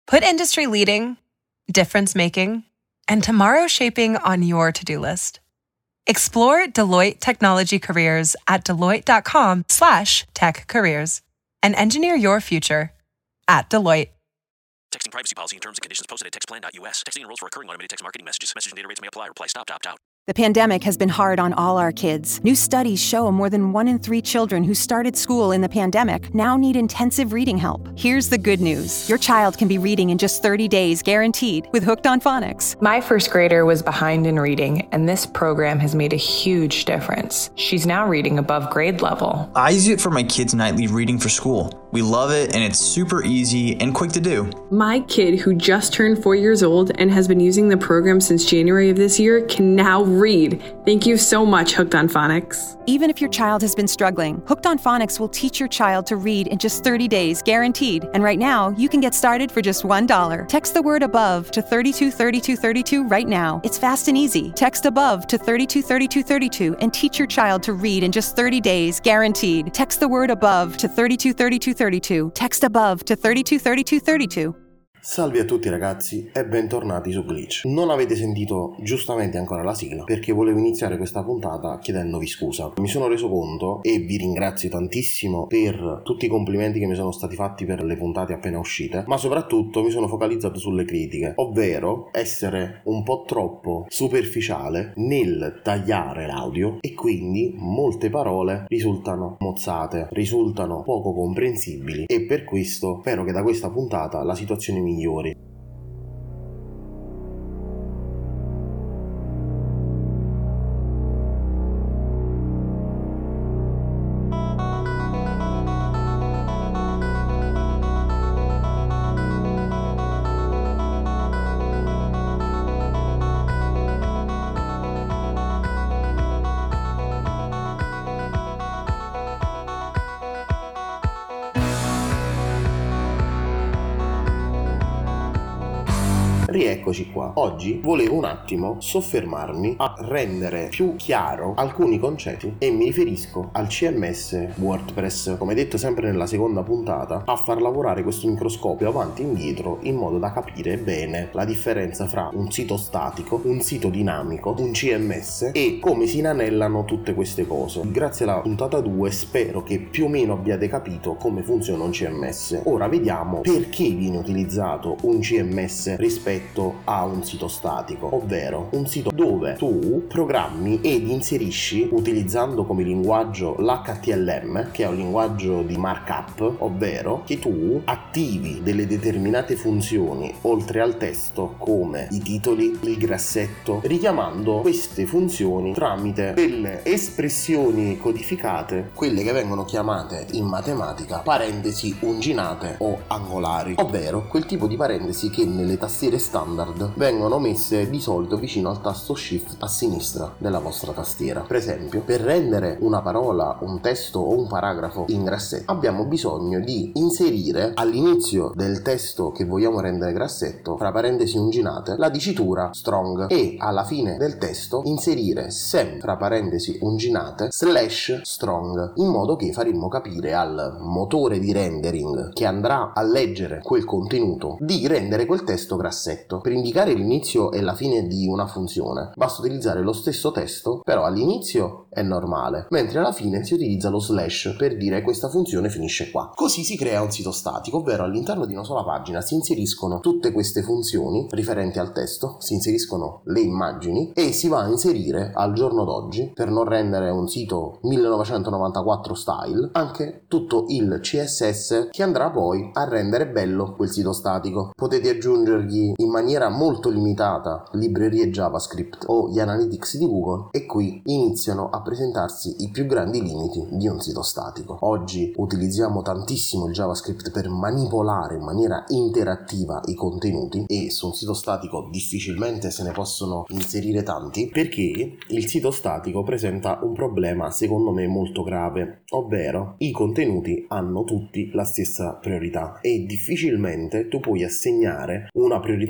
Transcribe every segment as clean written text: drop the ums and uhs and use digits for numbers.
Put industry leading, difference making, and tomorrow shaping on your to-do list. Explore Deloitte Technology Careers at deloitte.com/tech careers and engineer your future at Deloitte. Texting privacy policy and terms and conditions posted at textplan.us. Texting enrolls for recurring automated text marketing messages. Message and data rates may apply. Reply stop to opt out. The pandemic has been hard on all our kids. New studies show more than 1 in 3 children who started school in the pandemic now need intensive reading help. Here's the good news. Your child can be reading in just 30 days, guaranteed, with Hooked on Phonics. My first grader was behind in reading, and this program has made a huge difference. She's now reading above grade level. I use it for my kids' nightly reading for school. We love it, and it's super easy and quick to do. My kid, who just turned 4 years old and has been using the program since January of this year, can now read. Thank you so much, Hooked on Phonics. Even if your child has been struggling, Hooked on Phonics will teach your child to read in just 30 days, guaranteed. And right now, you can get started for just $1. Text the word ABOVE to 323232 right now. It's fast and easy. Text ABOVE to 323232 and teach your child to read in just 30 days, guaranteed. Text the word ABOVE to 323232. Text ABOVE to 323232. Salve a tutti ragazzi e bentornati su Glitch. Non avete sentito giustamente ancora la sigla perché volevo iniziare questa puntata chiedendovi scusa. Mi sono reso conto e vi ringrazio tantissimo per tutti i complimenti che mi sono stati fatti per le puntate appena uscite, ma soprattutto mi sono focalizzato sulle critiche, ovvero essere un po' troppo superficiale nel tagliare l'audio e quindi molte parole risultano mozzate, risultano poco comprensibili e per questo spero che da questa puntata la situazione migliori. Rieccoci qua. Oggi volevo un attimo soffermarmi a rendere più chiaro alcuni concetti e mi riferisco al CMS WordPress, come detto sempre nella seconda puntata, a far lavorare questo microscopio avanti e indietro in modo da capire bene la differenza fra un sito statico, un sito dinamico, un CMS e come si inanellano tutte queste cose. Grazie alla puntata 2 spero che più o meno abbiate capito come funziona un CMS. Ora vediamo perché viene utilizzato un CMS rispetto a un sito statico, ovvero un sito dove tu programmi ed inserisci utilizzando come linguaggio l'HTML, che è un linguaggio di markup, ovvero che tu attivi delle determinate funzioni oltre al testo come i titoli, il grassetto, richiamando queste funzioni tramite delle espressioni codificate, quelle che vengono chiamate in matematica parentesi unginate o angolari, ovvero quel tipo di parentesi che nelle tastiere standard vengono messe di solito vicino al tasto Shift a sinistra della vostra tastiera. Per esempio, per rendere una parola, un testo o un paragrafo in grassetto abbiamo bisogno di inserire all'inizio del testo che vogliamo rendere grassetto, fra parentesi unginate, la dicitura strong e alla fine del testo inserire sempre fra parentesi unginate /strong, in modo che faremmo capire al motore di rendering che andrà a leggere quel contenuto di rendere quel testo grassetto. Per indicare l'inizio e la fine di una funzione basta utilizzare lo stesso testo, però all'inizio è normale, mentre alla fine si utilizza lo slash per dire questa funzione finisce qua. Così si crea un sito statico, ovvero all'interno di una sola pagina si inseriscono tutte queste funzioni riferenti al testo, si inseriscono le immagini e si va a inserire al giorno d'oggi, per non rendere un sito 1994 style, anche tutto il CSS che andrà poi a rendere bello quel sito statico. Potete aggiungergli in maniera molto limitata librerie JavaScript o gli analytics di Google e qui iniziano a presentarsi i più grandi limiti di un sito statico. Oggi utilizziamo tantissimo il JavaScript per manipolare in maniera interattiva i contenuti e su un sito statico difficilmente se ne possono inserire tanti, perché il sito statico presenta un problema secondo me molto grave, ovvero i contenuti hanno tutti la stessa priorità e difficilmente tu puoi assegnare una priorità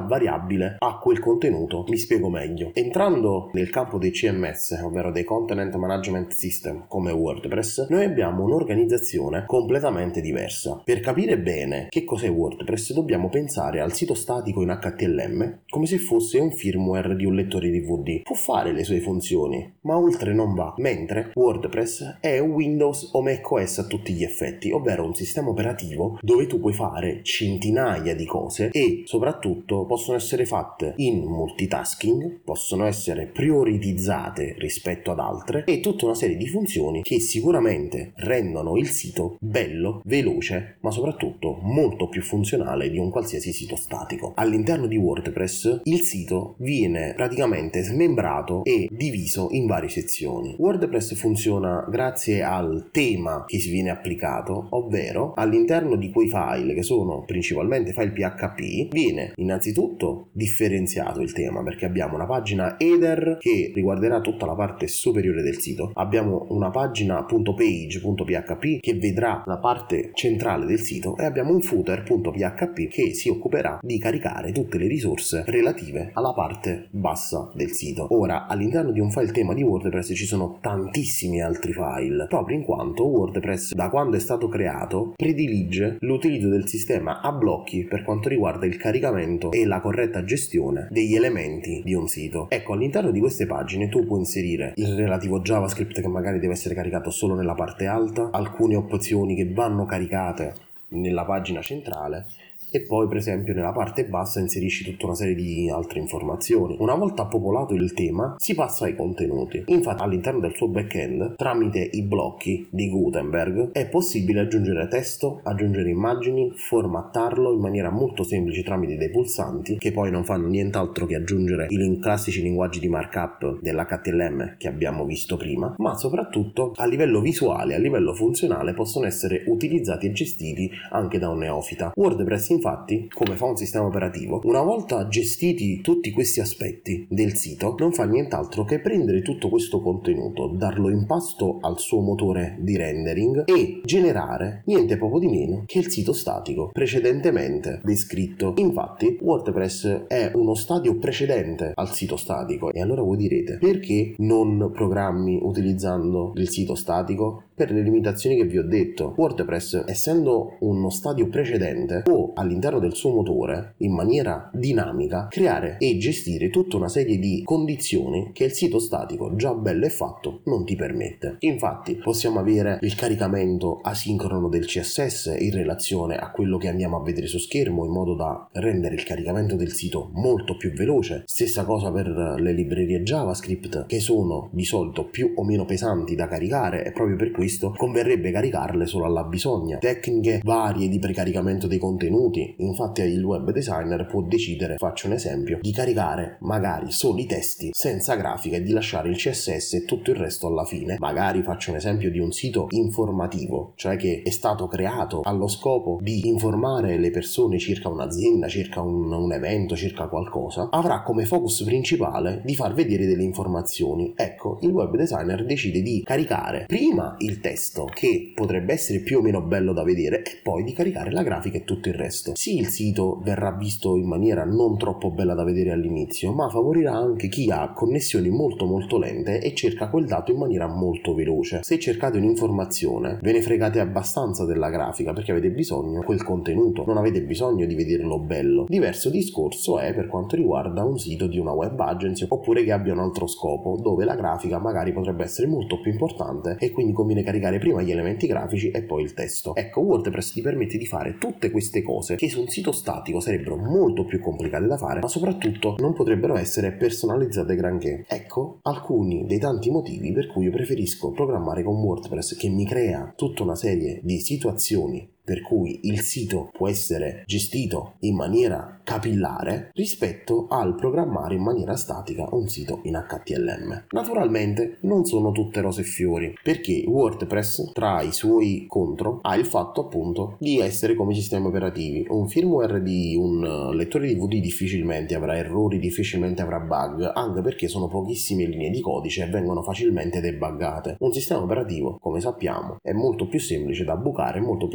variabile a quel contenuto. Mi spiego meglio. Entrando nel campo dei CMS, ovvero dei Content Management System come WordPress, noi abbiamo un'organizzazione completamente diversa. Per capire bene che cos'è WordPress dobbiamo pensare al sito statico in HTML come se fosse un firmware di un lettore DVD. Può fare le sue funzioni, ma oltre non va, mentre WordPress è Windows o macOS a tutti gli effetti, ovvero un sistema operativo dove tu puoi fare centinaia di cose e soprattutto possono essere fatte in multitasking, possono essere prioritizzate rispetto ad altre e tutta una serie di funzioni che sicuramente rendono il sito bello, veloce, ma soprattutto molto più funzionale di un qualsiasi sito statico. All'interno di WordPress il sito viene praticamente smembrato e diviso in varie sezioni. WordPress funziona grazie al tema che si viene applicato, ovvero all'interno di quei file che sono principalmente file PHP viene innanzitutto differenziato il tema, perché abbiamo una pagina header che riguarderà tutta la parte superiore del sito, abbiamo una pagina .page.php che vedrà la parte centrale del sito e abbiamo un footer.php che si occuperà di caricare tutte le risorse relative alla parte bassa del sito. Ora, all'interno di un file tema di WordPress ci sono tantissimi altri file, proprio in quanto WordPress, da quando è stato creato, predilige l'utilizzo del sistema a blocchi per quanto riguarda il caricamento e la corretta gestione degli elementi di un sito. Ecco, all'interno di queste pagine tu puoi inserire il relativo JavaScript che magari deve essere caricato solo nella parte alta, alcune opzioni che vanno caricate nella pagina centrale e poi per esempio nella parte bassa inserisci tutta una serie di altre informazioni. Una volta popolato il tema si passa ai contenuti. Infatti all'interno del suo backend, tramite i blocchi di Gutenberg, è possibile aggiungere testo, aggiungere immagini, formattarlo in maniera molto semplice tramite dei pulsanti che poi non fanno nient'altro che aggiungere i classici linguaggi di markup dell'HTML che abbiamo visto prima, ma soprattutto a livello visuale, a livello funzionale possono essere utilizzati e gestiti anche da un neofita. WordPress infatti, come fa un sistema operativo, una volta gestiti tutti questi aspetti del sito, non fa nient'altro che prendere tutto questo contenuto, darlo in pasto al suo motore di rendering e generare niente poco di meno che il sito statico precedentemente descritto. Infatti WordPress è uno stadio precedente al sito statico. E allora voi direte, perché non programmi utilizzando il sito statico? Per le limitazioni che vi ho detto. WordPress, essendo uno stadio precedente, può all'interno del suo motore in maniera dinamica creare e gestire tutta una serie di condizioni che il sito statico già bello e fatto non ti permette. Infatti possiamo avere il caricamento asincrono del CSS in relazione a quello che andiamo a vedere su schermo, in modo da rendere il caricamento del sito molto più veloce. Stessa cosa per le librerie JavaScript, che sono di solito più o meno pesanti da caricare e proprio per questo converrebbe caricarle solo alla bisogna. Tecniche varie di precaricamento dei contenuti. Infatti il web designer può decidere, faccio un esempio, di caricare magari solo i testi senza grafica e di lasciare il CSS e tutto il resto alla fine. Magari faccio un esempio di un sito informativo, cioè che è stato creato allo scopo di informare le persone circa un'azienda, circa un evento, circa qualcosa. Avrà come focus principale di far vedere delle informazioni. Ecco, il web designer decide di caricare prima il testo, che potrebbe essere più o meno bello da vedere, e poi di caricare la grafica e tutto il resto. Sì, il sito verrà visto in maniera non troppo bella da vedere all'inizio, ma favorirà anche chi ha connessioni molto lente e cerca quel dato in maniera molto veloce. Se cercate un'informazione, ve ne fregate abbastanza della grafica perché avete bisogno di quel contenuto, non avete bisogno di vederlo bello. Diverso discorso è per quanto riguarda un sito di una web agency, oppure che abbia un altro scopo, dove la grafica magari potrebbe essere molto più importante e quindi conviene caricare prima gli elementi grafici e poi il testo. Ecco, WordPress ti permette di fare tutte queste cose che su un sito statico sarebbero molto più complicate da fare, ma soprattutto non potrebbero essere personalizzate granché. Ecco alcuni dei tanti motivi per cui io preferisco programmare con WordPress, che mi crea tutta una serie di situazioni per cui il sito può essere gestito in maniera capillare rispetto al programmare in maniera statica un sito in HTML. Naturalmente non sono tutte rose e fiori, perché WordPress tra i suoi contro ha il fatto appunto di essere come sistemi operativi. Un firmware di un lettore DVD difficilmente avrà errori, difficilmente avrà bug, anche perché sono pochissime linee di codice e vengono facilmente debuggate. Un sistema operativo, come sappiamo, è molto più semplice da bucare, molto più semplice da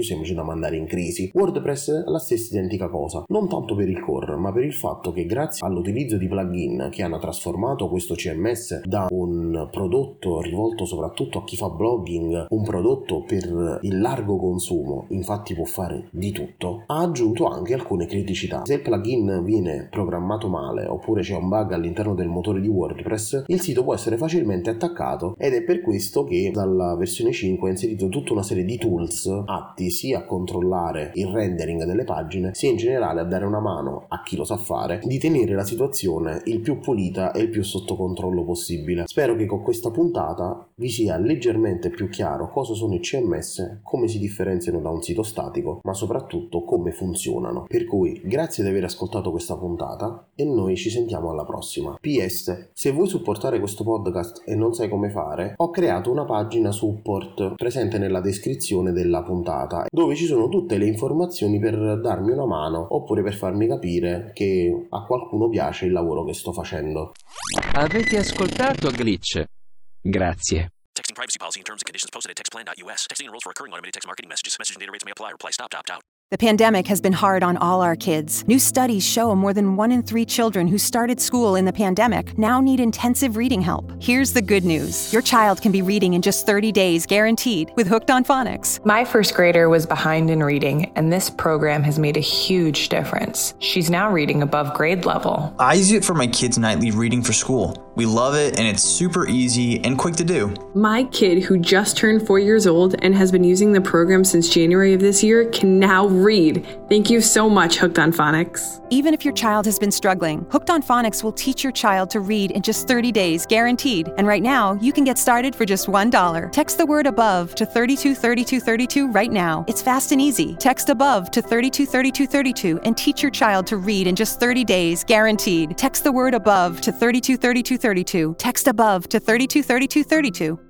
mandare in crisi. WordPress è la stessa identica cosa, non tanto per il core, ma per il fatto che grazie all'utilizzo di plugin che hanno trasformato questo CMS da un prodotto rivolto soprattutto a chi fa blogging, un prodotto per il largo consumo, infatti può fare di tutto, ha aggiunto anche alcune criticità. Se il plugin viene programmato male oppure c'è un bug all'interno del motore di WordPress, il sito può essere facilmente attaccato, ed è per questo che dalla versione 5 ha inserito tutta una serie di tools atti sia a controllare il rendering delle pagine sia in generale a dare una mano a chi lo sa fare di tenere la situazione il più pulita e il più sotto controllo possibile. Spero che con questa puntata vi sia leggermente più chiaro cosa sono i CMS, come si differenziano da un sito statico, ma soprattutto come funzionano. Per cui grazie di aver ascoltato questa puntata e noi ci sentiamo alla prossima. PS, se vuoi supportare questo podcast e non sai come fare, ho creato una pagina support presente nella descrizione della puntata, dove ci sono tutte le informazioni per darmi una mano oppure per farmi capire che a qualcuno piace il lavoro che sto facendo. Avete ascoltato Glitch? Grazie. Texting privacy policy and terms and conditions posted at textplan.us. Texting enrolls for recurring automated text marketing messages. Message and data rates may apply. Reply stop to opt out. The pandemic has been hard on all our kids. New studies show more than 1 in 3 children who started school in the pandemic now need intensive reading help. Here's the good news. Your child can be reading in just 30 days, guaranteed, with Hooked on Phonics. My first grader was behind in reading, and this program has made a huge difference. She's now reading above grade level. I use it for my kids' nightly reading for school. We love it, and it's super easy and quick to do. My kid, who just turned 4 years old and has been using the program since January of this year, can now read. Thank you so much, Hooked on Phonics. Even if your child has been struggling, Hooked on Phonics will teach your child to read in just 30 days, guaranteed. And right now, you can get started for just $1. Text the word above to 323232 right now. It's fast and easy. Text above to 323232 and teach your child to read in just 30 days, guaranteed. Text the word above to 323232. Text above to 323232.